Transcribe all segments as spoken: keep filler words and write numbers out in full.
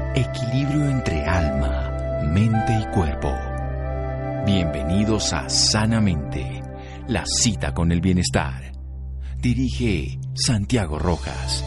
Equilibrio entre alma, mente y cuerpo. Bienvenidos a Sanamente, la cita con el bienestar. Dirige Santiago Rojas.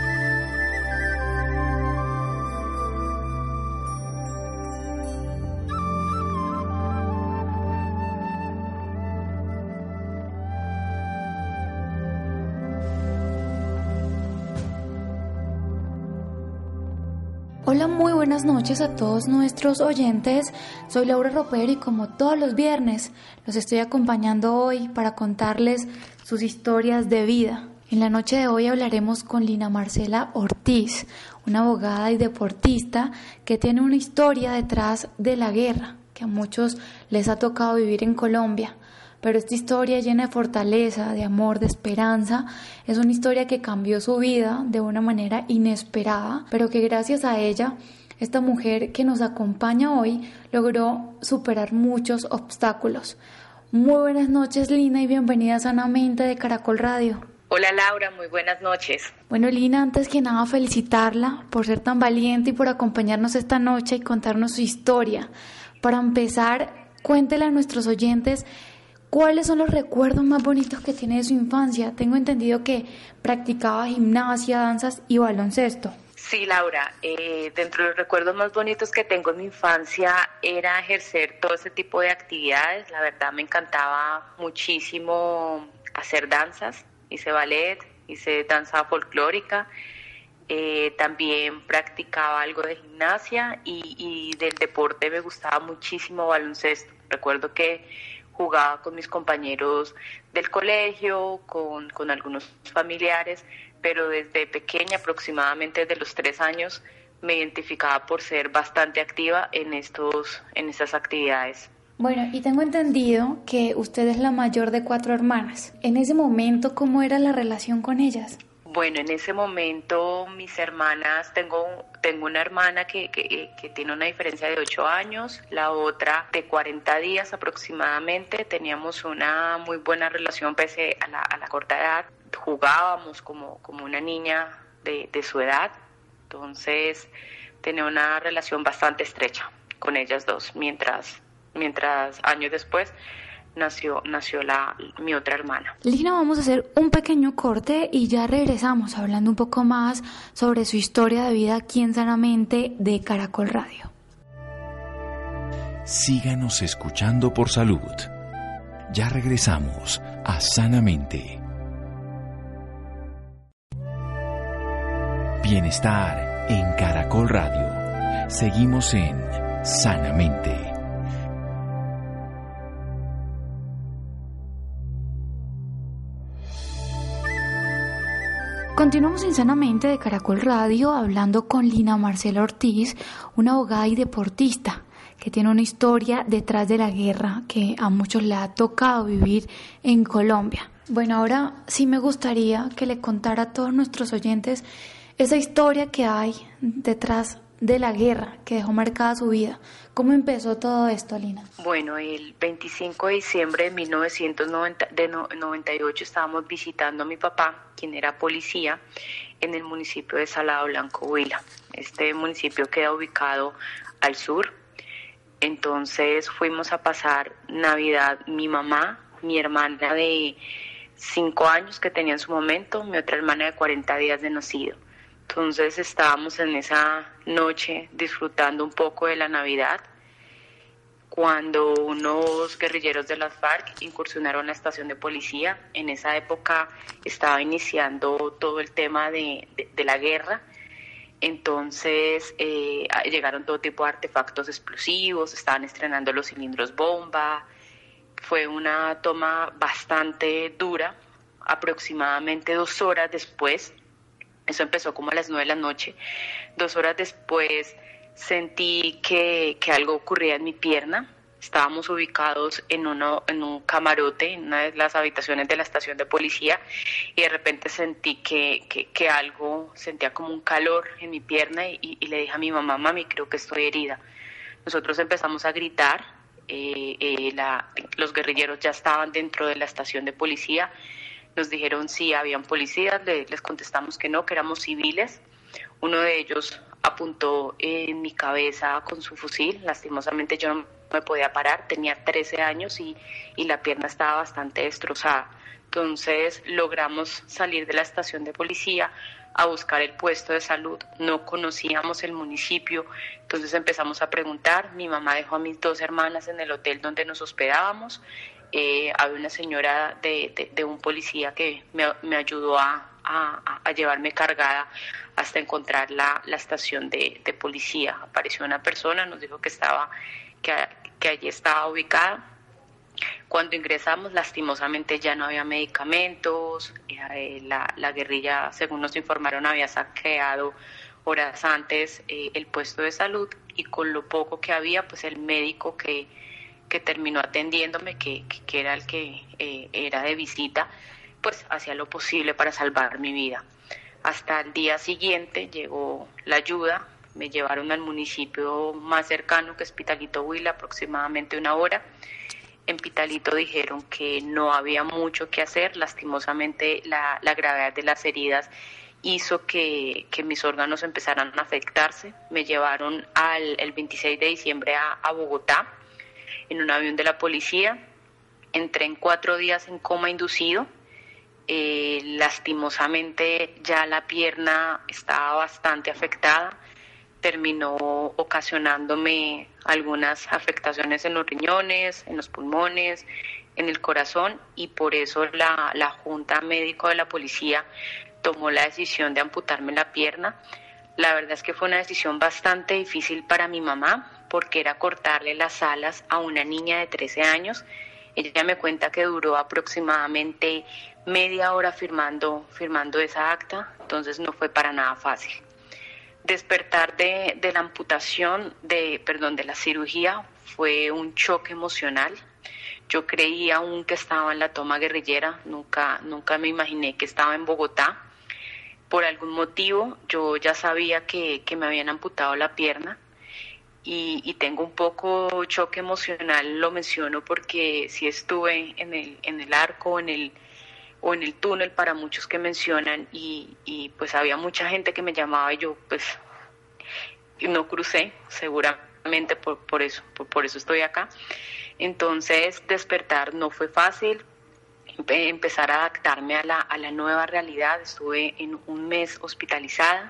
Hola, muy buenas noches a todos nuestros oyentes. Soy Laura Ropero y como todos los viernes los estoy acompañando hoy para contarles sus historias de vida. En la noche de hoy hablaremos con Lina Marcela Ortiz, una abogada y deportista que tiene una historia detrás de la guerra que a muchos les ha tocado vivir en Colombia. Pero esta historia llena de fortaleza, de amor, de esperanza, es una historia que cambió su vida de una manera inesperada, pero que gracias a ella, esta mujer que nos acompaña hoy logró superar muchos obstáculos. Muy buenas noches, Lina, y bienvenida a Sanamente de Caracol Radio. Hola Laura, muy buenas noches. Bueno, Lina, antes que nada felicitarla por ser tan valiente y por acompañarnos esta noche y contarnos su historia. Para empezar, cuéntele a nuestros oyentes ¿cuáles son los recuerdos más bonitos que tiene de su infancia? Tengo entendido que practicaba gimnasia, danzas y baloncesto. Sí, Laura, eh, dentro de los recuerdos más bonitos que tengo en mi infancia era ejercer todo ese tipo de actividades. La verdad me encantaba muchísimo hacer danzas, hice ballet, hice danza folclórica, eh, también practicaba algo de gimnasia y, y del deporte me gustaba muchísimo baloncesto. Recuerdo que jugaba con mis compañeros del colegio, con, con algunos familiares, pero desde pequeña, aproximadamente desde los tres años, me identificaba por ser bastante activa en estos, en estas actividades. Bueno, y tengo entendido que usted es la mayor de cuatro hermanas. En ese momento, ¿cómo era la relación con ellas? Bueno, en ese momento mis hermanas, tengo, tengo una hermana que, que, que tiene una diferencia de ocho años, la otra de cuarenta días aproximadamente. Teníamos una muy buena relación pese a la, a la corta edad. Jugábamos como, como una niña de, de su edad, entonces tenía una relación bastante estrecha con ellas dos, mientras, mientras años después nació, nació la, mi otra hermana. Lina, vamos a hacer un pequeño corte y ya regresamos hablando un poco más sobre su historia de vida aquí en Sanamente de Caracol Radio. Síganos escuchando por salud. Ya regresamos a Sanamente. Bienestar en Caracol Radio. Seguimos en Sanamente. Continuamos en Sanamente de Caracol Radio hablando con Lina Marcela Ortiz, una abogada y deportista que tiene una historia detrás de la guerra que a muchos le ha tocado vivir en Colombia. Bueno, ahora sí me gustaría que le contara a todos nuestros oyentes esa historia que hay detrás de la guerra que dejó marcada su vida. ¿Cómo empezó todo esto, Lina? Bueno, el veinticinco de diciembre de mil novecientos noventa y ocho estábamos visitando a mi papá, quien era policía, en el municipio de Salado Blanco, Huila. Este municipio queda ubicado al sur. Entonces fuimos a pasar Navidad, mi mamá, mi hermana de cinco años que tenía en su momento, mi otra hermana de cuarenta días de nacido. Entonces estábamos en esa noche disfrutando un poco de la Navidad cuando unos guerrilleros de las FARC incursionaron en la estación de policía. En esa época estaba iniciando todo el tema de, de, de la guerra. Entonces eh, llegaron todo tipo de artefactos explosivos, estaban estrenando los cilindros bomba. Fue una toma bastante dura, aproximadamente dos horas después. Eso empezó como a las nueve de la noche. Dos horas después sentí que, que algo ocurría en mi pierna. Estábamos ubicados en, uno, en un camarote, en una de las habitaciones de la estación de policía, y de repente sentí que, que, que algo, sentía como un calor en mi pierna y, y le dije a mi mamá, mami, creo que estoy herida. Nosotros empezamos a gritar, eh, eh, la, los guerrilleros ya estaban dentro de la estación de policía. Nos dijeron si habían policías, les contestamos que no, que éramos civiles. Uno de ellos apuntó en mi cabeza con su fusil. Lastimosamente yo no me podía parar, tenía trece años y, y la pierna estaba bastante destrozada. Entonces logramos salir de la estación de policía a buscar el puesto de salud. No conocíamos el municipio, entonces empezamos a preguntar. Mi mamá dejó a mis dos hermanas en el hotel donde nos hospedábamos. Eh, había una señora de, de, de un policía que me, me ayudó a, a, a llevarme cargada hasta encontrar la, la estación de, de policía. Apareció una persona, nos dijo que estaba, que, que allí estaba ubicada. Cuando ingresamos, lastimosamente ya no había medicamentos, eh, la, la guerrilla, según nos informaron, había saqueado horas antes eh, el puesto de salud, y con lo poco que había, pues el médico que, que terminó atendiéndome, que, que, que era el que eh, era de visita, pues hacía lo posible para salvar mi vida. Hasta el día siguiente llegó la ayuda, me llevaron al municipio más cercano, que es Pitalito Huila, aproximadamente una hora. En Pitalito dijeron que no había mucho que hacer. Lastimosamente la, la gravedad de las heridas hizo que, que mis órganos empezaran a afectarse. Me llevaron al, el veintiséis de diciembre a, a Bogotá en un avión de la policía. Entré en cuatro días en coma inducido. Eh, lastimosamente ya la pierna estaba bastante afectada. Terminó ocasionándome algunas afectaciones en los riñones, en los pulmones, en el corazón, y por eso la, la Junta Médico de la Policía tomó la decisión de amputarme la pierna. La verdad es que fue una decisión bastante difícil para mi mamá, porque era cortarle las alas a una niña de trece años. Ella me cuenta que duró aproximadamente media hora firmando, firmando esa acta, entonces no fue para nada fácil. Despertar de, de la amputación, de, perdón, de la cirugía, fue un choque emocional. Yo creí aún que estaba en la toma guerrillera, nunca, nunca me imaginé que estaba en Bogotá. Por algún motivo yo ya sabía que, que me habían amputado la pierna y, y tengo un poco choque emocional, lo menciono porque sí estuve en el, en el arco, en el o en el túnel para muchos que mencionan, y, y pues había mucha gente que me llamaba y yo pues no crucé, seguramente por, por eso, por, por eso estoy acá. Entonces despertar no fue fácil, Empe, empezar a adaptarme a la, a la nueva realidad. Estuve en un mes hospitalizada,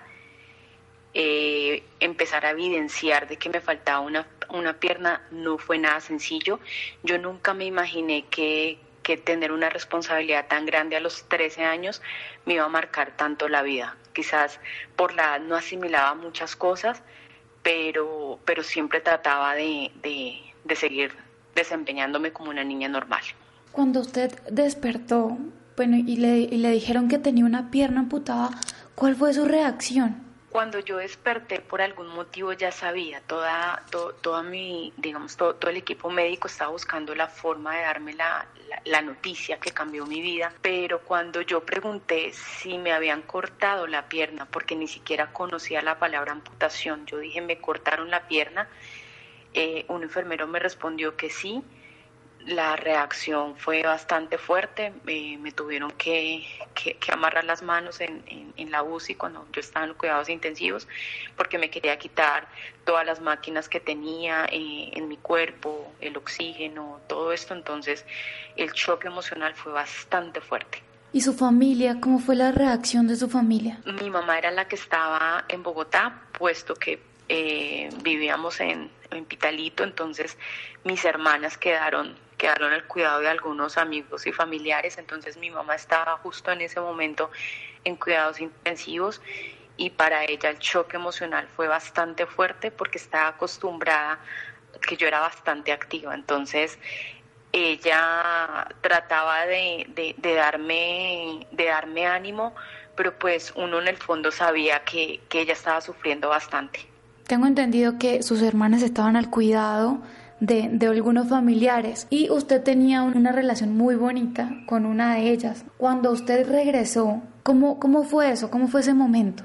eh, empezar a evidenciar de que me faltaba una, una pierna no fue nada sencillo. Yo nunca me imaginé que que tener una responsabilidad tan grande a los trece años me iba a marcar tanto la vida. Quizás por la edad no asimilaba muchas cosas, pero, pero siempre trataba de, de, de seguir desempeñándome como una niña normal. Cuando usted despertó, bueno, y le, y le dijeron que tenía una pierna amputada, ¿cuál fue su reacción? Cuando yo desperté, por algún motivo ya sabía, toda, to, toda mi, digamos, todo, todo el equipo médico estaba buscando la forma de darme la, la, la noticia que cambió mi vida, pero cuando yo pregunté si me habían cortado la pierna, porque ni siquiera conocía la palabra amputación, yo dije, ¿me cortaron la pierna? Eh, un enfermero me respondió que sí. La reacción fue bastante fuerte, eh, me tuvieron que, que, que amarrar las manos en, en, en la U C I cuando yo estaba en cuidados intensivos, porque me quería quitar todas las máquinas que tenía eh, en mi cuerpo, el oxígeno, todo esto. Entonces el choque emocional fue bastante fuerte. ¿Y su familia? ¿Cómo fue la reacción de su familia? Mi mamá era la que estaba en Bogotá, puesto que eh, vivíamos en, en Pitalito, entonces mis hermanas quedaron quedaron al cuidado de algunos amigos y familiares. Entonces mi mamá estaba justo en ese momento en cuidados intensivos, y para ella el choque emocional fue bastante fuerte porque estaba acostumbrada que yo era bastante activa. Entonces ella trataba de, de, de darme de darme ánimo, pero pues uno en el fondo sabía que, que ella estaba sufriendo bastante. Tengo entendido que sus hermanas estaban al cuidado De, de algunos familiares, y usted tenía una relación muy bonita con una de ellas. Cuando usted regresó, ¿cómo, cómo fue eso? ¿Cómo fue ese momento?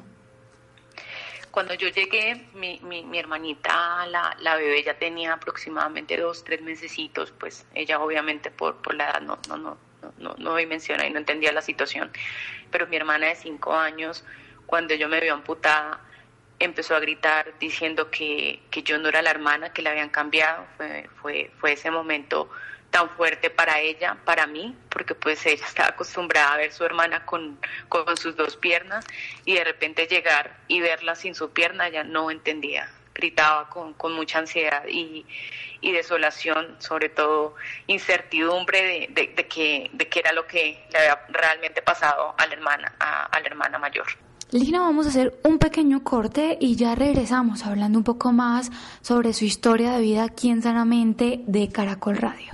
Cuando yo llegué, mi, mi, mi hermanita, la, la bebé, ya tenía aproximadamente dos, tres mesecitos, pues ella obviamente por, por la edad no, no, no, no, no me menciona y no entendía la situación, pero mi hermana de cinco años, cuando yo me vio amputada, empezó a gritar diciendo que, que yo no era la hermana, que la habían cambiado. Fue, fue, fue ese momento tan fuerte para ella, para mí, porque pues ella estaba acostumbrada a ver a su hermana con, con sus dos piernas, y de repente llegar y verla sin su pierna, ella no entendía, gritaba con, con mucha ansiedad y, y desolación, sobre todo incertidumbre de, de, de, que, de qué era lo que le había realmente pasado a la hermana, a, a la hermana mayor. Lina, vamos a hacer un pequeño corte y ya regresamos hablando un poco más sobre su historia de vida aquí en Sanamente de Caracol Radio.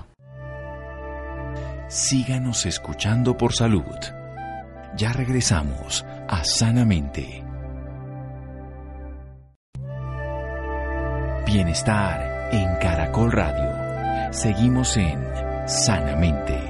Síganos escuchando por salud. Ya regresamos a Sanamente. Bienestar en Caracol Radio. Seguimos en Sanamente.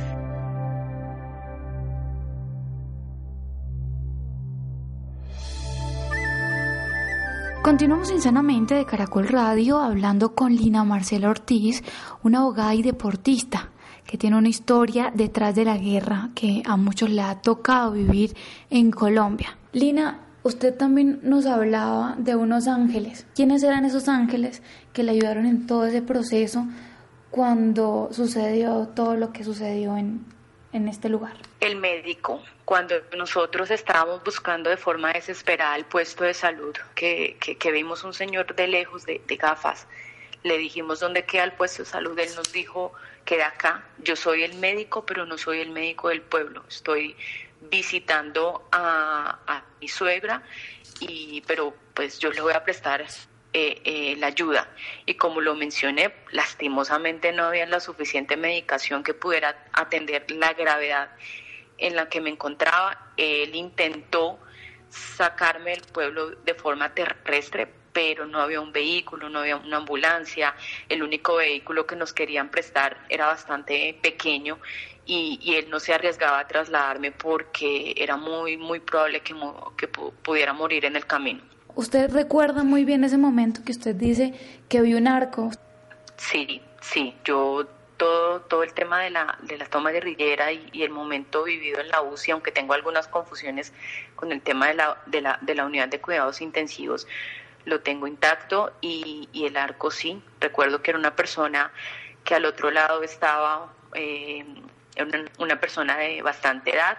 Continuamos en Sanamente de Caracol Radio hablando con Lina Marcela Ortiz, una abogada y deportista que tiene una historia detrás de la guerra que a muchos le ha tocado vivir en Colombia. Lina, usted también nos hablaba de unos ángeles. ¿Quiénes eran esos ángeles que le ayudaron en todo ese proceso cuando sucedió todo lo que sucedió en, en este lugar? El médico, cuando nosotros estábamos buscando de forma desesperada el puesto de salud, que, que, que vimos un señor de lejos de, de gafas, le dijimos dónde queda el puesto de salud, él nos dijo, queda acá. Yo soy el médico, pero no soy el médico del pueblo, estoy visitando a, a mi suegra, y, pero pues yo le voy a prestar eh, eh, la ayuda. Y como lo mencioné, lastimosamente no había la suficiente medicación que pudiera atender la gravedad en la que me encontraba. Él intentó sacarme del pueblo de forma terrestre, pero no había un vehículo, no había una ambulancia. El único vehículo que nos querían prestar era bastante pequeño, y, y él no se arriesgaba a trasladarme porque era muy, muy probable que, que pudiera morir en el camino. ¿Usted recuerda muy bien ese momento que usted dice que vio un arco? Sí, sí, yo todo, todo el tema de la, de la toma guerrillera y, y el momento vivido en la U C I, aunque tengo algunas confusiones con el tema de la, de la, de la unidad de cuidados intensivos, lo tengo intacto, y, y el arco sí. Recuerdo que era una persona que al otro lado estaba eh, una, una persona de bastante edad,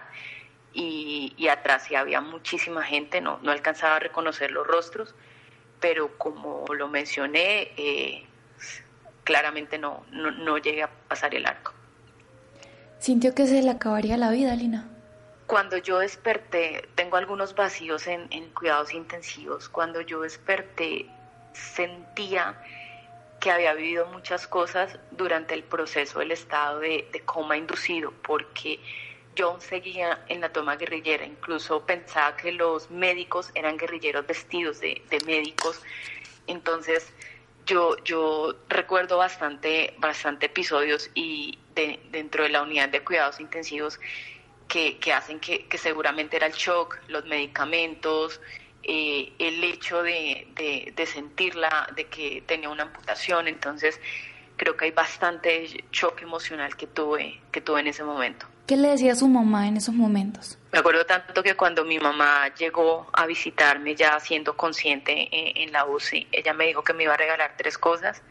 y, y atrás sí había muchísima gente, no, no alcanzaba a reconocer los rostros, pero como lo mencioné, eh, claramente no, no, no llegué a pasar el arco. ¿Sintió que se le acabaría la vida, Lina? Cuando yo desperté, tengo algunos vacíos en, en cuidados intensivos. Cuando yo desperté, sentía que había vivido muchas cosas durante el proceso del estado de, de coma inducido, porque yo seguía en la toma guerrillera. Incluso pensaba que los médicos eran guerrilleros vestidos de, de médicos. Entonces, yo, yo recuerdo bastante, bastante episodios y de, dentro de la unidad de cuidados intensivos Que, que hacen que, que seguramente era el shock, los medicamentos, eh, el hecho de, de, de sentirla, de que tenía una amputación. Entonces creo que hay bastante shock emocional que tuve, que tuve en ese momento. ¿Qué le decía a su mamá en esos momentos? Me acuerdo tanto que cuando mi mamá llegó a visitarme ya siendo consciente en, en la U C I, ella me dijo que me iba a regalar tres cosas,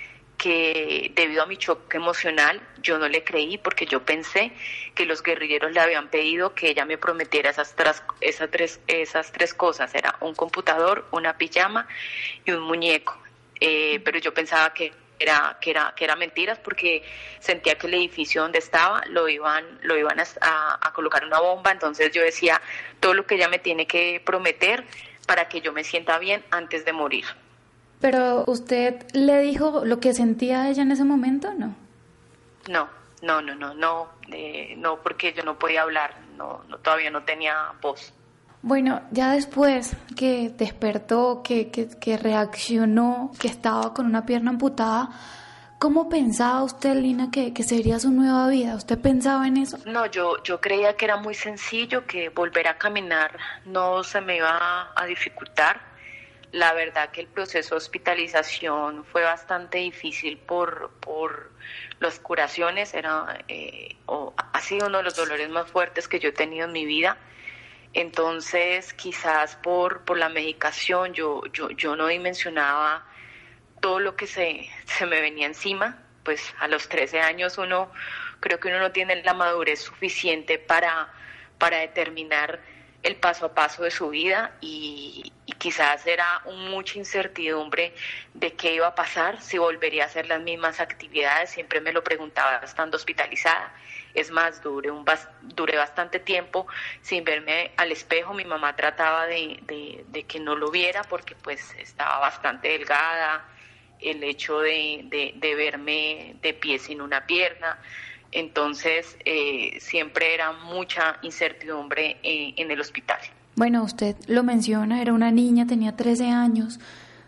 que debido a mi choque emocional yo no le creí, porque yo pensé que los guerrilleros le habían pedido que ella me prometiera esas, tras, esas, tres, esas tres cosas. Era un computador, una pijama y un muñeco, eh, pero yo pensaba que era, que, era, que era mentiras, porque sentía que el edificio donde estaba lo iban, lo iban a, a, a colocar una bomba. Entonces yo decía, todo lo que ella me tiene que prometer para que yo me sienta bien antes de morir. ¿Pero usted le dijo lo que sentía ella en ese momento, no? No, no, no, no, no, eh, no, porque yo no podía hablar, no, no, todavía no tenía voz. Bueno, ya después que despertó, que, que, que reaccionó, que estaba con una pierna amputada, ¿cómo pensaba usted, Lina, que, que sería su nueva vida? ¿Usted pensaba en eso? No, yo, yo creía que era muy sencillo, que volver a caminar no se me iba a dificultar. La verdad que el proceso de hospitalización fue bastante difícil por, por las curaciones. Era, eh, o, ha sido uno de los dolores más fuertes que yo he tenido en mi vida. Entonces, quizás por, por la medicación yo, yo, yo no dimensionaba todo lo que se, se me venía encima. Pues a los trece años uno, creo que uno no tiene la madurez suficiente para, para determinar el paso a paso de su vida y, y quizás era mucha incertidumbre de qué iba a pasar, si volvería a hacer las mismas actividades. Siempre me lo preguntaba estando hospitalizada. Es más, duré, un, duré bastante tiempo sin verme al espejo. Mi mamá trataba de, de, de que no lo viera porque pues estaba bastante delgada, el hecho de, de, de verme de pie sin una pierna. Entonces, eh, siempre era mucha incertidumbre eh, en el hospital. Bueno, usted lo menciona, era una niña, tenía trece años.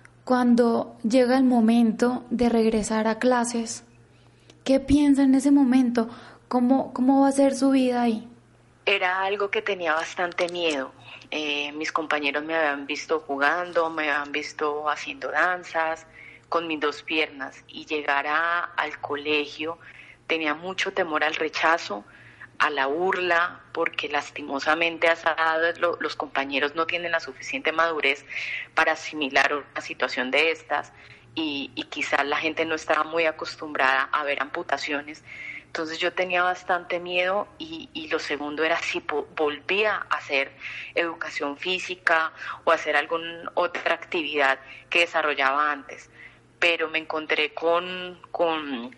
Cuando llega el momento de regresar a clases, ¿qué piensa en ese momento? ¿Cómo, cómo va a ser su vida ahí? Era algo que tenía bastante miedo. Eh, mis compañeros me habían visto jugando, me habían visto haciendo danzas con mis dos piernas, y llegar a, al colegio tenía mucho temor al rechazo, a la burla, porque lastimosamente a esa edad lo, los compañeros no tienen la suficiente madurez para asimilar una situación de estas, y, y quizás la gente no estaba muy acostumbrada a ver amputaciones. Entonces yo tenía bastante miedo, y, y lo segundo era si po- volvía a hacer educación física o hacer alguna otra actividad que desarrollaba antes. Pero me encontré con... con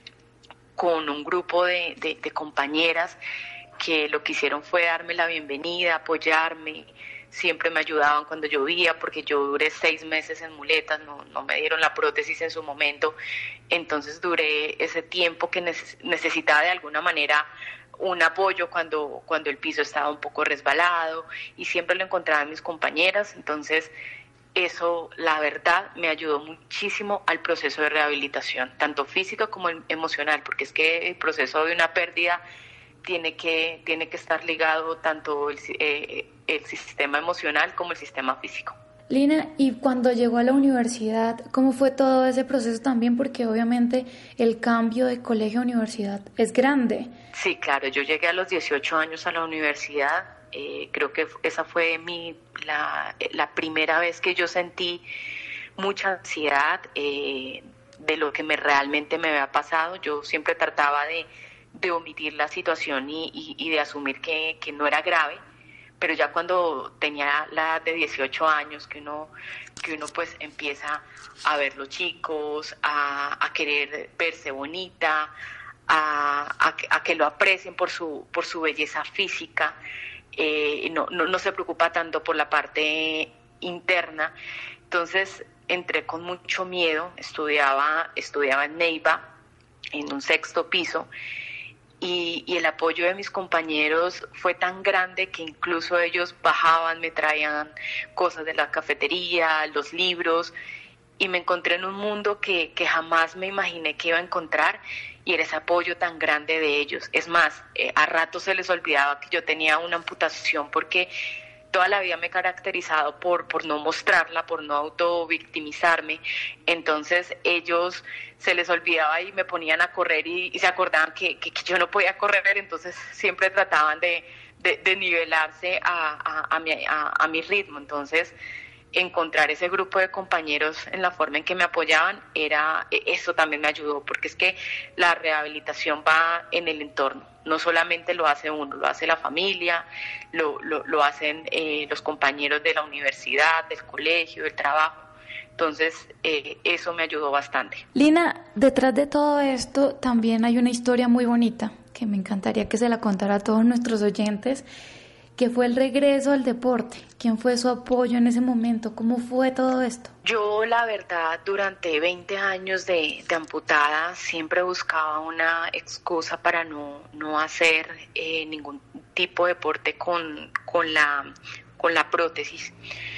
con un grupo de, de, de compañeras que lo que hicieron fue darme la bienvenida, apoyarme, siempre me ayudaban cuando llovía, porque yo duré seis meses en muletas, no, no me dieron la prótesis en su momento, entonces duré ese tiempo que neces- necesitaba de alguna manera un apoyo cuando, cuando el piso estaba un poco resbalado, y siempre lo encontraba en mis compañeras. Entonces eso, la verdad, me ayudó muchísimo al proceso de rehabilitación, tanto física como emocional, porque es que el proceso de una pérdida tiene que, tiene que estar ligado tanto el, eh, el sistema emocional como el sistema físico. Lina, y cuando llegó a la universidad, ¿cómo fue todo ese proceso también? Porque obviamente el cambio de colegio a universidad es grande. Sí, claro, yo llegué a los dieciocho años a la universidad. Eh, creo que esa fue mi la, la primera vez que yo sentí mucha ansiedad eh, de lo que me realmente me había pasado. Yo siempre trataba de, de omitir la situación y, y, y de asumir que, que no era grave, pero ya cuando tenía la edad de dieciocho años, que uno, que uno pues empieza a ver los chicos, a, a querer verse bonita, a, a, a que lo aprecien por su, por su belleza física. Eh, no, no, no se preocupa tanto por la parte interna. Entonces entré con mucho miedo, estudiaba, estudiaba en Neiva, en un sexto piso, y, y el apoyo de mis compañeros fue tan grande que incluso ellos bajaban, me traían cosas de la cafetería, los libros, y me encontré en un mundo que, que jamás me imaginé que iba a encontrar, y era ese apoyo tan grande de ellos. Es más, eh, a ratos se les olvidaba que yo tenía una amputación, porque toda la vida me he caracterizado por, por no mostrarla, por no autovictimizarme. Entonces ellos se les olvidaba y me ponían a correr, y, y se acordaban que, que, que yo no podía correr, entonces siempre trataban de, de, de nivelarse a, a, a, mi, a, a mi ritmo. Entonces encontrar ese grupo de compañeros en la forma en que me apoyaban, era eso también me ayudó, porque es que la rehabilitación va en el entorno, no solamente lo hace uno, lo hace la familia, lo, lo, lo hacen eh, los compañeros de la universidad, del colegio, del trabajo. Entonces eh, eso me ayudó bastante. Lina, detrás de todo esto también hay una historia muy bonita que me encantaría que se la contara a todos nuestros oyentes, que fue el regreso al deporte. ¿Quién fue su apoyo en ese momento? ¿Cómo fue todo esto? Yo, la verdad, durante veinte años de, de amputada, siempre buscaba una excusa para no, no hacer eh, ningún tipo de deporte con, con, la, con la prótesis.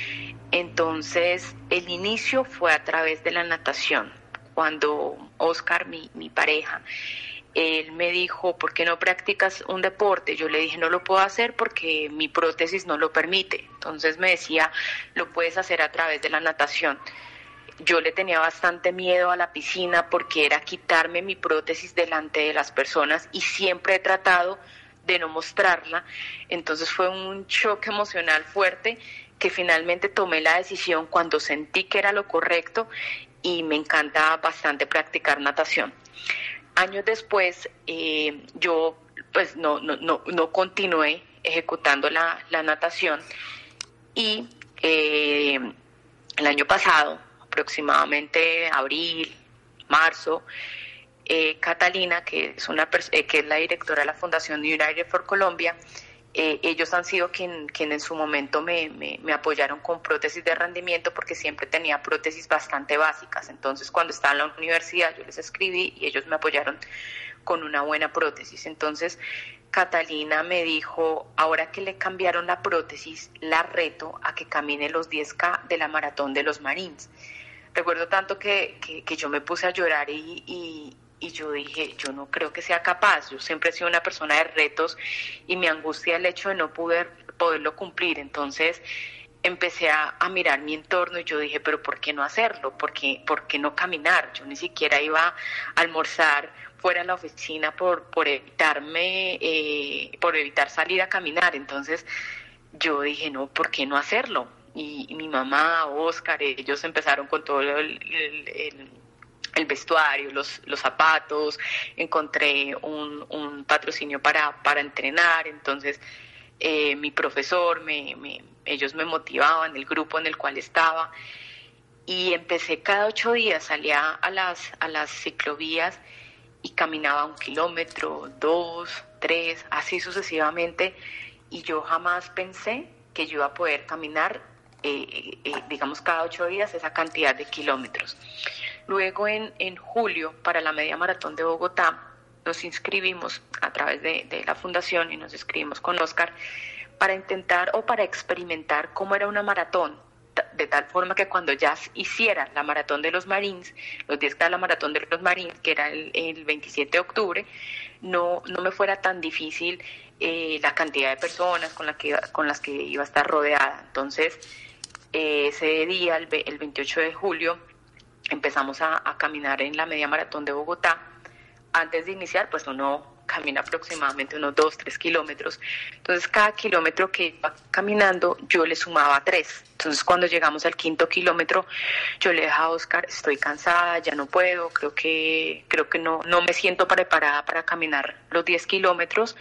Entonces, el inicio fue a través de la natación. Cuando Oscar, mi, mi pareja, él me dijo, ¿por qué no practicas un deporte? Yo le dije, no lo puedo hacer porque mi prótesis no lo permite. Entonces me decía, lo puedes hacer a través de la natación. Yo le tenía bastante miedo a la piscina porque era quitarme mi prótesis delante de las personas, y siempre he tratado de no mostrarla. Entonces fue un choque emocional fuerte que finalmente tomé la decisión cuando sentí que era lo correcto, y me encanta bastante practicar natación. Años después eh, yo pues no, no, no, no continué ejecutando la, la natación, y eh, el año pasado, aproximadamente abril, marzo, eh, Catalina, que es, una pers- eh, que es la directora de la Fundación United for Colombia, eh, ellos han sido quien, quien en su momento me, me, me apoyaron con prótesis de rendimiento, porque siempre tenía prótesis bastante básicas. Entonces, cuando estaba en la universidad, yo les escribí y ellos me apoyaron con una buena prótesis. Entonces, Catalina me dijo, ahora que le cambiaron la prótesis, la reto a que camine los diez K de la maratón de los Marines. Recuerdo tanto que, que, que yo me puse a llorar y, y, y yo dije, yo no creo que sea capaz. Yo siempre he sido una persona de retos y me angustia el hecho de no poder poderlo cumplir. Entonces empecé a, a mirar mi entorno y yo dije, pero ¿por qué no hacerlo? ¿Por qué, por qué no caminar? Yo ni siquiera iba a almorzar fuera de la oficina por, por evitarme, eh, por evitar salir a caminar. Entonces yo dije, no, ¿por qué no hacerlo? Y, y mi mamá, Oscar, ellos empezaron con todo el, el, el, el vestuario, los, los zapatos, encontré un, un patrocinio para, para entrenar. Entonces eh, mi profesor, me, me, ellos me motivaban, el grupo en el cual estaba, y empecé cada ocho días, salía a las, a las ciclovías y caminaba un kilómetro, dos, tres, así sucesivamente, y yo jamás pensé que yo iba a poder caminar, eh, eh, digamos, cada ocho días esa cantidad de kilómetros. Luego en, en julio, para la media maratón de Bogotá, nos inscribimos a través de, de la fundación y nos inscribimos con Oscar para intentar o para experimentar cómo era una maratón, de tal forma que cuando ya hiciera la maratón de los Marines, los diez K de la maratón de los Marines, que era el, el veintisiete de octubre, no, no me fuera tan difícil eh, la cantidad de personas con, la que, con las que iba a estar rodeada. Entonces, eh, ese día, el, el veintiocho de julio, empezamos a, a caminar en la media maratón de Bogotá. Antes de iniciar, pues uno camina aproximadamente unos dos, tres kilómetros. Entonces, cada kilómetro que iba caminando, yo le sumaba tres. Entonces, cuando llegamos al quinto kilómetro, yo le dije a Oscar, estoy cansada, ya no puedo, creo que creo que no, no me siento preparada para caminar los diez kilómetros.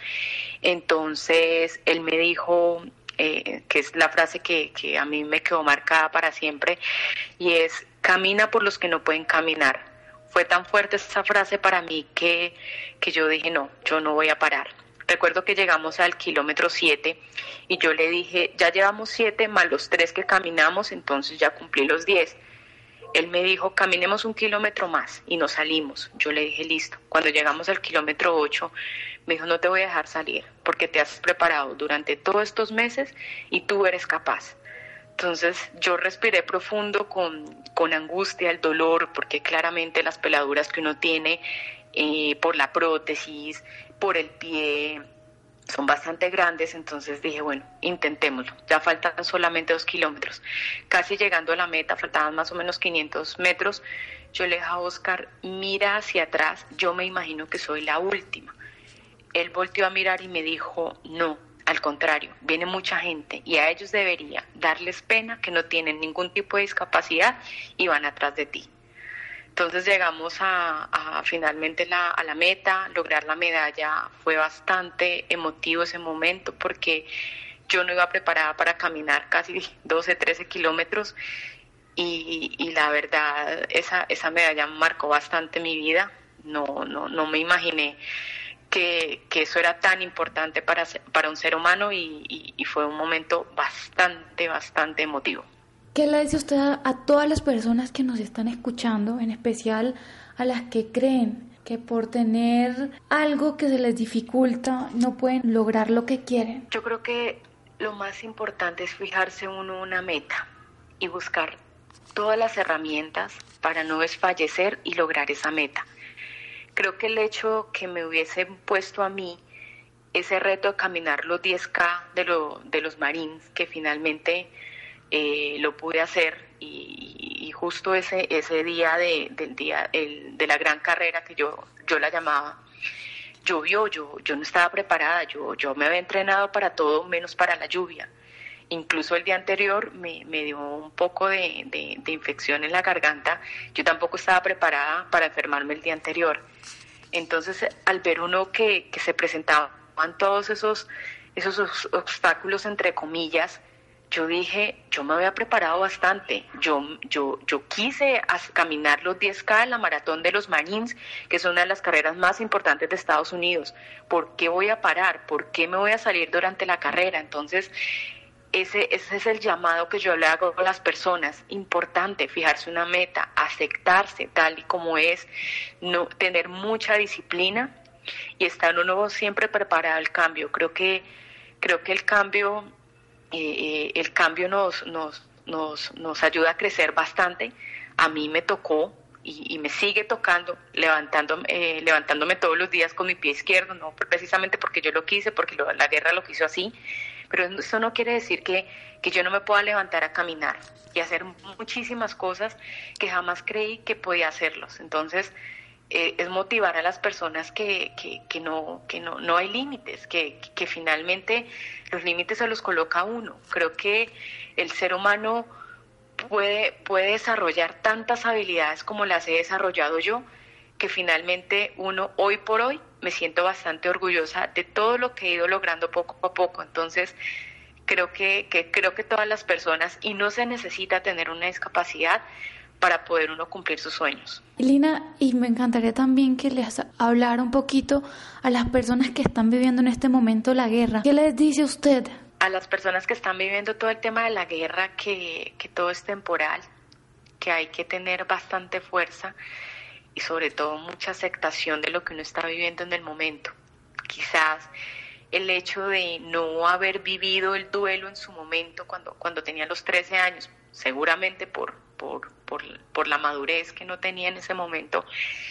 Entonces, él me dijo, eh, que es la frase que, que a mí me quedó marcada para siempre, y es, camina por los que no pueden caminar. Fue tan fuerte esa frase para mí que, que yo dije, no, yo no voy a parar. Recuerdo que llegamos al kilómetro siete y yo le dije, ya llevamos siete más los tres que caminamos, entonces ya cumplí los diez. Él me dijo, caminemos un kilómetro más, y nos salimos. Yo le dije, listo. Cuando llegamos al kilómetro ocho, me dijo, no te voy a dejar salir porque te has preparado durante todos estos meses y tú eres capaz. Entonces yo respiré profundo con, con angustia, el dolor, porque claramente las peladuras que uno tiene eh, por la prótesis, por el pie, son bastante grandes. Entonces dije, bueno, intentémoslo. Ya faltan solamente dos kilómetros. Casi llegando a la meta, faltaban más o menos quinientos metros. Yo le dije a Oscar, mira hacia atrás, yo me imagino que soy la última. Él volteó a mirar y me dijo, no. Al contrario, viene mucha gente y a ellos debería darles pena que no tienen ningún tipo de discapacidad y van atrás de ti. Entonces llegamos a, a finalmente la, a la meta, lograr la medalla. Fue bastante emotivo ese momento porque yo no iba preparada para caminar casi doce, trece kilómetros y, y la verdad esa, esa medalla marcó bastante mi vida. No, no, no me imaginé Que, que eso era tan importante para, para un ser humano y, y, y fue un momento bastante, bastante emotivo. ¿Qué le dice usted a, a todas las personas que nos están escuchando, en especial a las que creen que por tener algo que se les dificulta no pueden lograr lo que quieren? Yo creo que lo más importante es fijarse uno una meta y buscar todas las herramientas para no desfallecer y lograr esa meta. Creo que el hecho que me hubiesen puesto a mí ese reto de caminar los diez K de, lo, de los Marines, que finalmente eh, lo pude hacer, y, y justo ese, ese día, de, del día el, de la gran carrera que yo, yo la llamaba, llovió, yo, yo no estaba preparada, yo, yo me había entrenado para todo menos para la lluvia. Incluso el día anterior me, me dio un poco de, de, de infección en la garganta, yo tampoco estaba preparada para enfermarme el día anterior. Entonces, al ver uno que, que se presentaban todos esos, esos obstáculos, entre comillas, yo dije, yo me había preparado bastante, yo, yo, yo quise caminar los diez K, la maratón de los Marines, que es una de las carreras más importantes de Estados Unidos. ¿Por qué voy a parar? ¿Por qué me voy a salir durante la carrera? Entonces, ese, ese es el llamado que yo le hago a las personas. Importante fijarse una meta, aceptarse tal y como es, no tener mucha disciplina y estar uno siempre preparado al cambio. Creo que, creo que el cambio... Eh, el cambio nos, nos, nos, nos ayuda a crecer bastante. A mí me tocó y, y me sigue tocando levantando, eh, levantándome todos los días con mi pie izquierdo, no precisamente porque yo lo quise, porque lo, la guerra lo quiso así, pero eso no quiere decir que, que yo no me pueda levantar a caminar y hacer muchísimas cosas que jamás creí que podía hacerlos. Entonces, eh, es motivar a las personas que, que, que, no, que no, no hay límites, que, que finalmente los límites se los coloca uno. Creo que el ser humano puede, puede desarrollar tantas habilidades como las he desarrollado yo, que finalmente uno, hoy por hoy, me siento bastante orgullosa de todo lo que he ido logrando poco a poco. Entonces, creo que, que, creo que todas las personas, y no se necesita tener una discapacidad para poder uno cumplir sus sueños. Lina, y me encantaría también que les hablara un poquito a las personas que están viviendo en este momento la guerra. ¿Qué les dice usted? A las personas que están viviendo todo el tema de la guerra, que, que todo es temporal, que hay que tener bastante fuerza y sobre todo mucha aceptación de lo que uno está viviendo en el momento. Quizás el hecho de no haber vivido el duelo en su momento cuando, cuando tenía los trece años, seguramente por, por, por, por la madurez que no tenía en ese momento,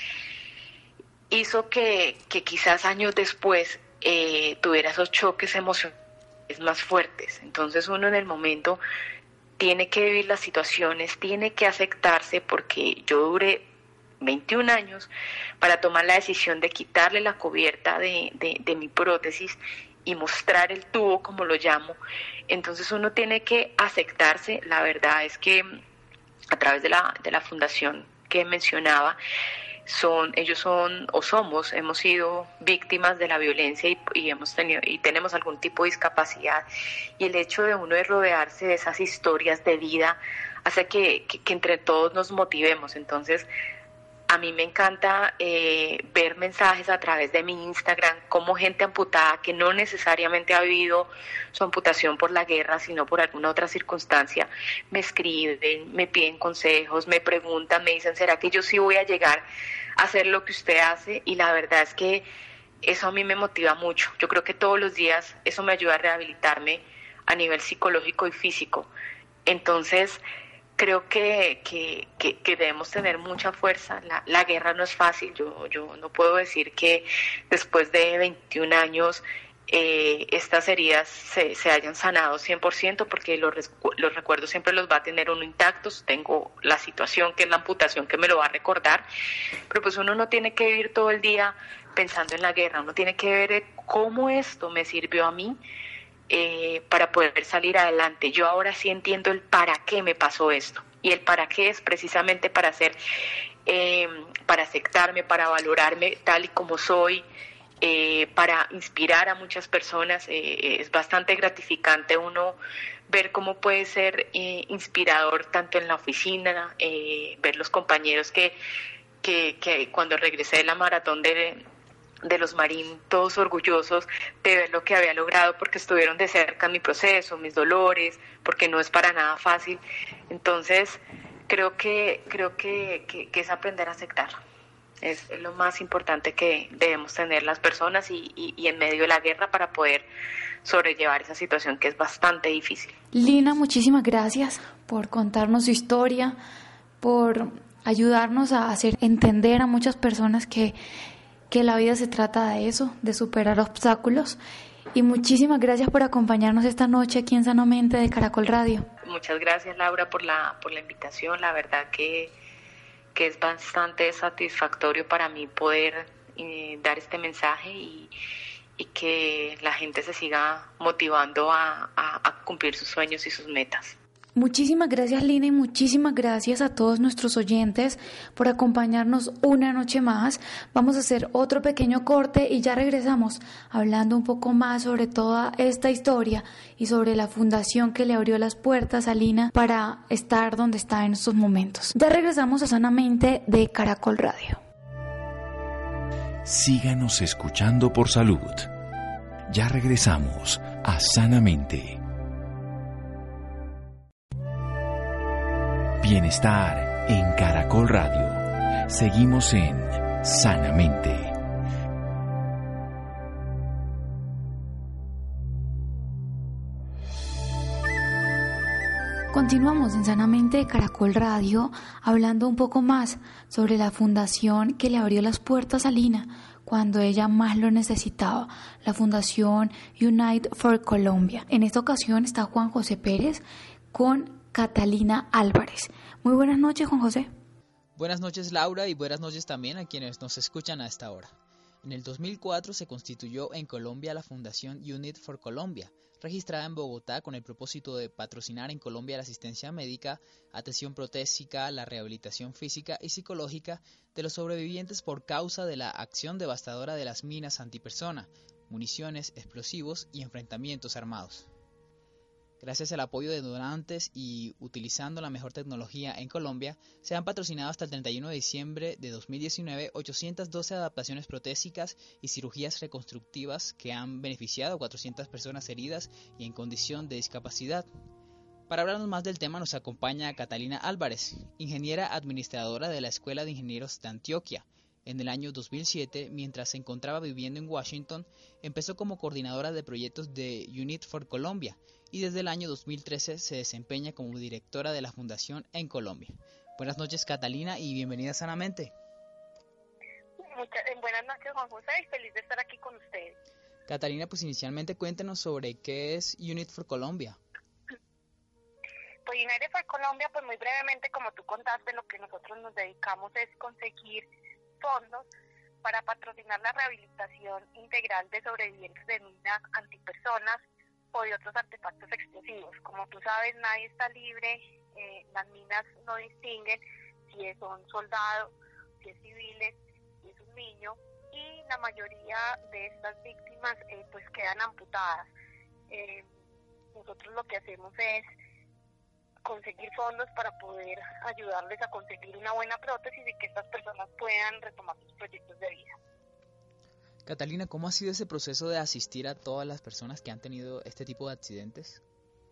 hizo que, que quizás años después eh, tuviera esos choques emocionales más fuertes. Entonces uno en el momento tiene que vivir las situaciones, tiene que aceptarse, porque yo duré veintiún años para tomar la decisión de quitarle la cubierta de, de, de mi prótesis y mostrar el tubo, como lo llamo. Entonces uno tiene que aceptarse. La verdad es que a través de la, de la fundación que mencionaba, son ellos son o somos, hemos sido víctimas de la violencia y, y, hemos tenido, y tenemos algún tipo de discapacidad, y el hecho de uno de rodearse de esas historias de vida hace que, que, que entre todos nos motivemos. Entonces, a mí me encanta eh, ver mensajes a través de mi Instagram, como gente amputada que no necesariamente ha vivido su amputación por la guerra, sino por alguna otra circunstancia, me escriben, me piden consejos, me preguntan, me dicen, ¿será que yo sí voy a llegar a hacer lo que usted hace? Y la verdad es que eso a mí me motiva mucho. Yo creo que todos los días eso me ayuda a rehabilitarme a nivel psicológico y físico. Entonces, creo que, que, que, que debemos tener mucha fuerza. La, la guerra no es fácil. Yo, yo no puedo decir que después de veintiún años eh, estas heridas se, se hayan sanado cien por ciento, porque los, los recuerdos siempre los va a tener uno intactos. Tengo la situación que es la amputación que me lo va a recordar, pero pues uno no tiene que vivir todo el día pensando en la guerra. Uno tiene que ver cómo esto me sirvió a mí Eh, para poder salir adelante. Yo ahora sí entiendo el para qué me pasó esto, y el para qué es precisamente para hacer, eh, para aceptarme, para valorarme tal y como soy, eh, para inspirar a muchas personas. Eh, es bastante gratificante uno ver cómo puede ser eh, inspirador tanto en la oficina, eh, ver los compañeros que, que, que cuando regresé de la maratón de de los Marines, todos orgullosos de ver lo que había logrado, porque estuvieron de cerca mi proceso, mis dolores, porque no es para nada fácil. Entonces, creo que creo que, que, que es aprender a aceptar. Es lo más importante que debemos tener las personas y, y, y en medio de la guerra para poder sobrellevar esa situación que es bastante difícil. Lina, muchísimas gracias por contarnos su historia, por ayudarnos a hacer entender a muchas personas que que la vida se trata de eso, de superar obstáculos. Y muchísimas gracias por acompañarnos esta noche aquí en Sanamente de Caracol Radio. Muchas gracias, Laura, por la por la invitación. La verdad que, que es bastante satisfactorio para mí poder eh, dar este mensaje y, y que la gente se siga motivando a, a, a cumplir sus sueños y sus metas. Muchísimas gracias, Lina, y muchísimas gracias a todos nuestros oyentes por acompañarnos una noche más. Vamos a hacer otro pequeño corte y ya regresamos hablando un poco más sobre toda esta historia y sobre la fundación que le abrió las puertas a Lina para estar donde está en estos momentos. Ya regresamos a Sanamente de Caracol Radio. Síganos escuchando por salud. Ya regresamos a Sanamente. Bienestar en Caracol Radio. Seguimos en Sanamente. Continuamos en Sanamente de Caracol Radio hablando un poco más sobre la fundación que le abrió las puertas a Lina cuando ella más lo necesitaba, la Fundación Unite for Colombia. En esta ocasión está Juan José Pérez con Catalina Álvarez. Muy buenas noches, Juan José. Buenas noches, Laura, y buenas noches también a quienes nos escuchan a esta hora. En el dos mil cuatro se constituyó en Colombia la Fundación Unite for Colombia, registrada en Bogotá con el propósito de patrocinar en Colombia la asistencia médica, atención protésica, la rehabilitación física y psicológica de los sobrevivientes por causa de la acción devastadora de las minas antipersona, municiones, explosivos y enfrentamientos armados. Gracias al apoyo de donantes y utilizando la mejor tecnología en Colombia, se han patrocinado hasta el treinta y uno de diciembre de dos mil diecinueve ochocientas doce adaptaciones protésicas y cirugías reconstructivas que han beneficiado a cuatrocientas personas heridas y en condición de discapacidad. Para hablarnos más del tema nos acompaña Catalina Álvarez, ingeniera administradora de la Escuela de Ingenieros de Antioquia. En el año dos mil siete, mientras se encontraba viviendo en Washington, empezó como coordinadora de proyectos de Unite for Colombia y desde el año dos mil trece se desempeña como directora de la fundación en Colombia. Buenas noches, Catalina, y bienvenida a Sanamente. Muchas, buenas noches, Juan José, y feliz de estar aquí con ustedes. Catalina, pues inicialmente cuéntenos sobre qué es Unite for Colombia. Pues Unite for Colombia, pues muy brevemente, como tú contaste, lo que nosotros nos dedicamos es conseguir fondos para patrocinar la rehabilitación integral de sobrevivientes de minas antipersonas o de otros artefactos explosivos. Como tú sabes, nadie está libre, eh, las minas no distinguen si son soldados, si es civiles, si es un niño, y la mayoría de estas víctimas eh, pues quedan amputadas. Eh, nosotros lo que hacemos es conseguir fondos para poder ayudarles a conseguir una buena prótesis y que estas personas puedan retomar sus proyectos de vida. Catalina, ¿cómo ha sido ese proceso de asistir a todas las personas que han tenido este tipo de accidentes?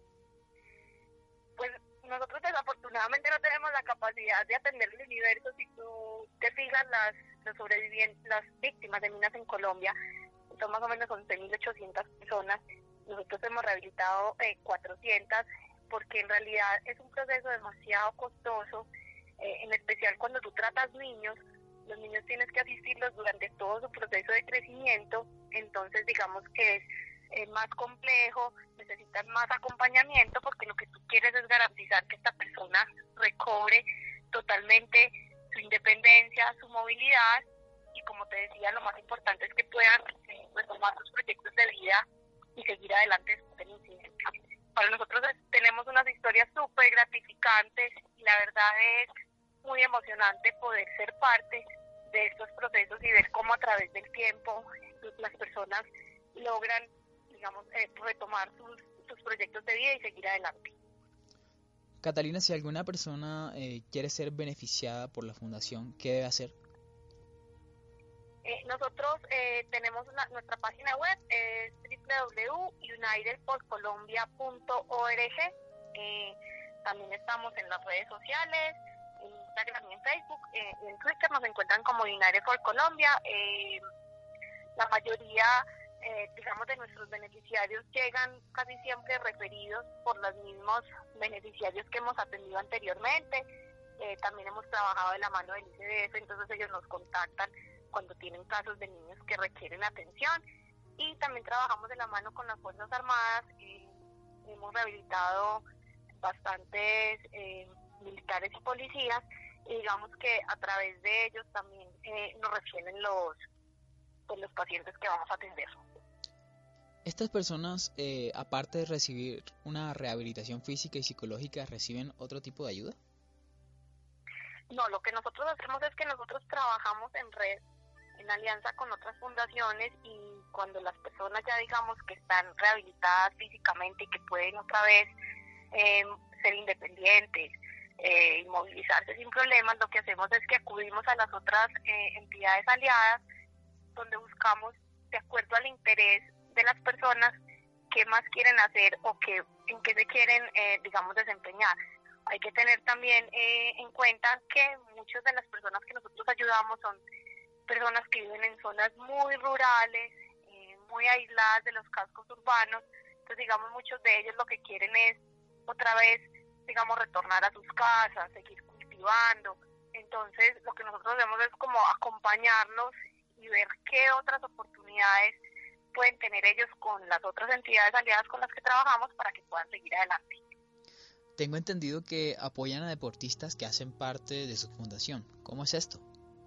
Pues nosotros desafortunadamente no tenemos la capacidad de atender el universo. Si tú te fijas, las, los sobrevivientes, las víctimas de minas en Colombia son más o menos once mil ochocientas personas. Nosotros hemos rehabilitado eh, cuatrocientas, porque en realidad es un proceso demasiado costoso, eh, en especial cuando tú tratas niños. Los niños tienes que asistirlos durante todo su proceso de crecimiento, entonces digamos que es eh, más complejo, necesitan más acompañamiento, porque lo que tú quieres es garantizar que esta persona recobre totalmente su independencia, su movilidad, y como te decía, lo más importante es que puedan eh, retomar sus proyectos de vida y seguir adelante después del incidente. Para nosotros tenemos unas historias súper gratificantes y la verdad es muy emocionante poder ser parte de estos procesos y ver cómo a través del tiempo las personas logran, digamos, eh, retomar sus, sus proyectos de vida y seguir adelante. Catalina, si alguna persona eh, quiere ser beneficiada por la fundación, ¿qué debe hacer? Eh, nosotros eh, tenemos una, nuestra página web, es doble u doble u doble u punto united for colombia punto org. Eh, también estamos en las redes sociales, en Instagram y en Facebook. Eh, en Twitter nos encuentran como United for Colombia. Eh, la mayoría, eh, digamos, de nuestros beneficiarios llegan casi siempre referidos por los mismos beneficiarios que hemos atendido anteriormente. Eh, también hemos trabajado de la mano del I C D F, entonces ellos nos contactan cuando tienen casos de niños que requieren atención, y también trabajamos de la mano con las Fuerzas Armadas. Eh, hemos rehabilitado bastantes eh, militares y policías, y digamos que a través de ellos también eh, nos refieren los pues los pacientes que vamos a atender. ¿Estas personas, eh, aparte de recibir una rehabilitación física y psicológica, reciben otro tipo de ayuda? No, lo que nosotros hacemos es que nosotros trabajamos en red, en alianza con otras fundaciones, y cuando las personas ya digamos que están rehabilitadas físicamente y que pueden otra vez eh, ser independientes eh, y movilizarse sin problemas, lo que hacemos es que acudimos a las otras eh, entidades aliadas, donde buscamos, de acuerdo al interés de las personas, qué más quieren hacer o qué, en qué se quieren, eh, digamos, desempeñar. Hay que tener también eh, en cuenta que muchas de las personas que nosotros ayudamos son personas que viven en zonas muy rurales, eh, muy aisladas de los cascos urbanos. Entonces, digamos, muchos de ellos lo que quieren es otra vez, digamos, retornar a sus casas, seguir cultivando. Entonces, lo que nosotros hacemos es como acompañarlos y ver qué otras oportunidades pueden tener ellos con las otras entidades aliadas con las que trabajamos para que puedan seguir adelante. Tengo entendido que apoyan a deportistas que hacen parte de su fundación. ¿Cómo es esto?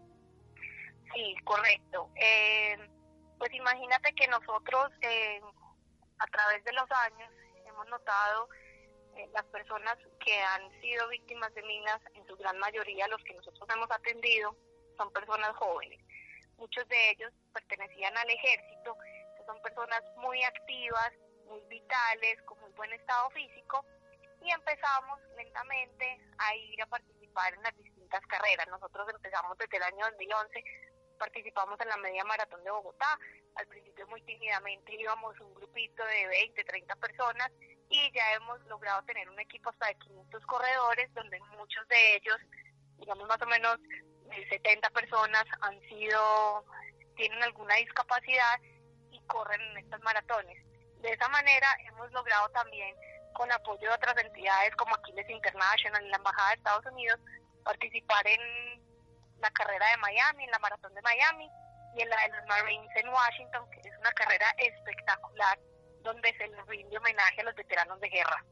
Sí, correcto. Eh, pues imagínate que nosotros eh, a través de los años hemos notado eh, las personas que han sido víctimas de minas, en su gran mayoría los que nosotros hemos atendido, son personas jóvenes. Muchos de ellos pertenecían al ejército, que son personas muy activas, muy vitales, con muy buen estado físico, y empezamos lentamente a ir a participar en las distintas carreras. Nosotros empezamos desde el año dos mil once, participamos en la media maratón de Bogotá. Al principio muy tímidamente íbamos un grupito de veinte, treinta personas, y ya hemos logrado tener un equipo hasta de quinientos corredores, donde muchos de ellos, digamos más o menos setenta personas, han sido, tienen alguna discapacidad y corren en estas maratones. De esa manera hemos logrado también, con apoyo de otras entidades como Aquiles International y la Embajada de Estados Unidos, participar en la carrera de Miami, en la maratón de Miami, y en la de los Marines en Washington, que es una carrera espectacular, donde se les rinde homenaje a los veteranos de guerra.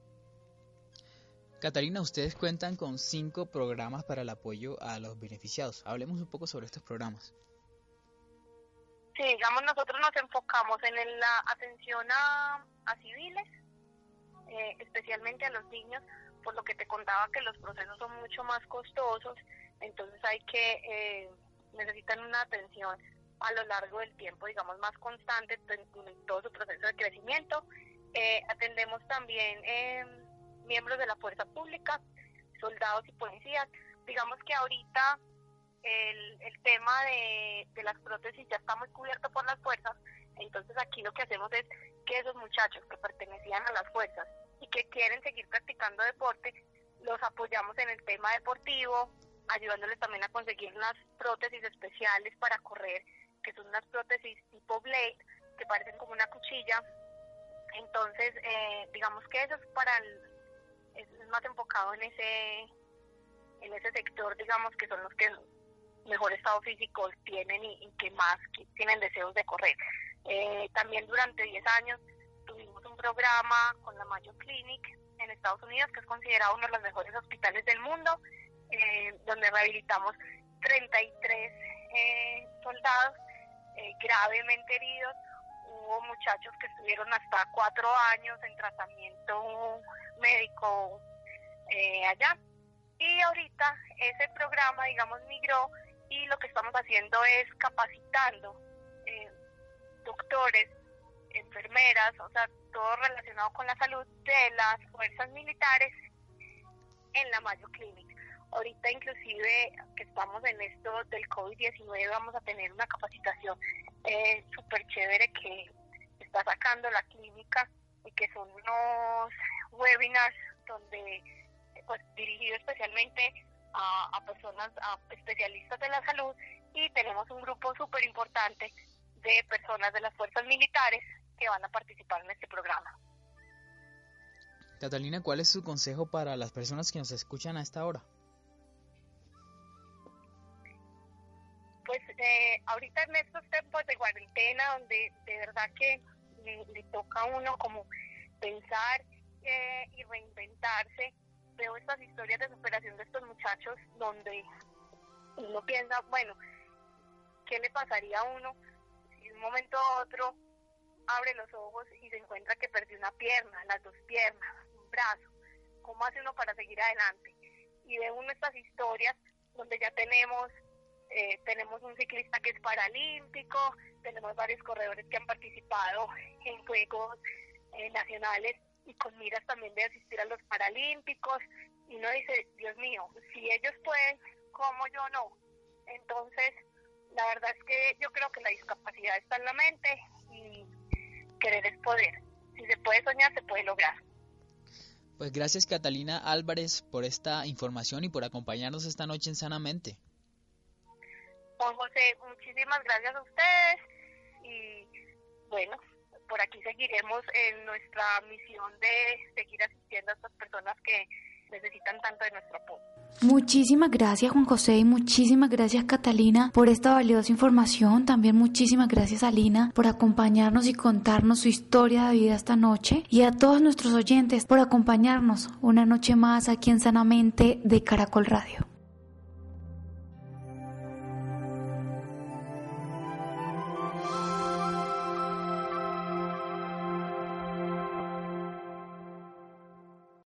Catalina, ustedes cuentan con cinco programas para el apoyo a los beneficiados. Hablemos un poco sobre estos programas. Sí, digamos, nosotros nos enfocamos en la atención a, a civiles, eh, especialmente a los niños, por lo que te contaba que los procesos son mucho más costosos, entonces hay que, eh, necesitan una atención a lo largo del tiempo, digamos, más constante en, en todo su proceso de crecimiento. Eh, atendemos también eh, miembros de la fuerza pública, soldados y policías. Digamos que ahorita el, el tema de, de las prótesis ya está muy cubierto por las fuerzas, entonces aquí lo que hacemos es que esos muchachos que pertenecían a las fuerzas y que quieren seguir practicando deporte, los apoyamos en el tema deportivo, ayudándoles también a conseguir unas prótesis especiales para correr, que son unas prótesis tipo blade, que parecen como una cuchilla. Entonces, eh, digamos que eso es para el, es, es más enfocado en ese en ese sector, digamos, que son los que mejor estado físico tienen y, y que más que tienen deseos de correr. Eh, también durante diez años tuvimos un programa con la Mayo Clinic en Estados Unidos, que es considerado uno de los mejores hospitales del mundo, eh, donde rehabilitamos treinta y tres eh, soldados eh, gravemente heridos. Hubo muchachos que estuvieron hasta cuatro años en tratamiento médico eh, allá. Y ahorita ese programa, digamos, migró, y lo que estamos haciendo es capacitando eh, doctores, enfermeras, o sea, todo relacionado con la salud de las fuerzas militares en la Mayo Clinic. Ahorita inclusive que estamos en esto del COVID diecinueve vamos a tener una capacitación eh, súper chévere que está sacando la clínica, y que son unos webinars donde pues dirigido especialmente a, a personas, a especialistas de la salud, y tenemos un grupo súper importante de personas de las fuerzas militares que van a participar en este programa. Catalina, ¿cuál es su consejo para las personas que nos escuchan a esta hora? Pues eh, ahorita en estos tiempos de cuarentena, donde de verdad que le, le toca a uno como pensar eh, y reinventarse, veo estas historias de superación de estos muchachos donde uno piensa, bueno, ¿qué le pasaría a uno si un momento a otro abre los ojos y se encuentra que perdió una pierna, las dos piernas, un brazo. ¿Cómo hace uno para seguir adelante? Y ve uno estas historias donde ya tenemos eh, tenemos un ciclista que es paralímpico, tenemos varios corredores que han participado en Juegos eh, Nacionales y con miras también de asistir a los Paralímpicos, y uno dice, Dios mío, si ellos pueden, ¿cómo yo no? Entonces, la verdad es que yo creo que la discapacidad está en la mente y querer es poder. Si se puede soñar, se puede lograr. Pues gracias, Catalina Álvarez, por esta información y por acompañarnos esta noche en Sanamente. Juan José, muchísimas gracias a ustedes y bueno, por aquí seguiremos en nuestra misión de seguir asistiendo a estas personas que necesitan tanto de nuestro apoyo. Muchísimas gracias, Juan José, y muchísimas gracias, Catalina, por esta valiosa información. También muchísimas gracias a Lina por acompañarnos y contarnos su historia de vida esta noche, y a todos nuestros oyentes por acompañarnos una noche más aquí en Sanamente de Caracol Radio.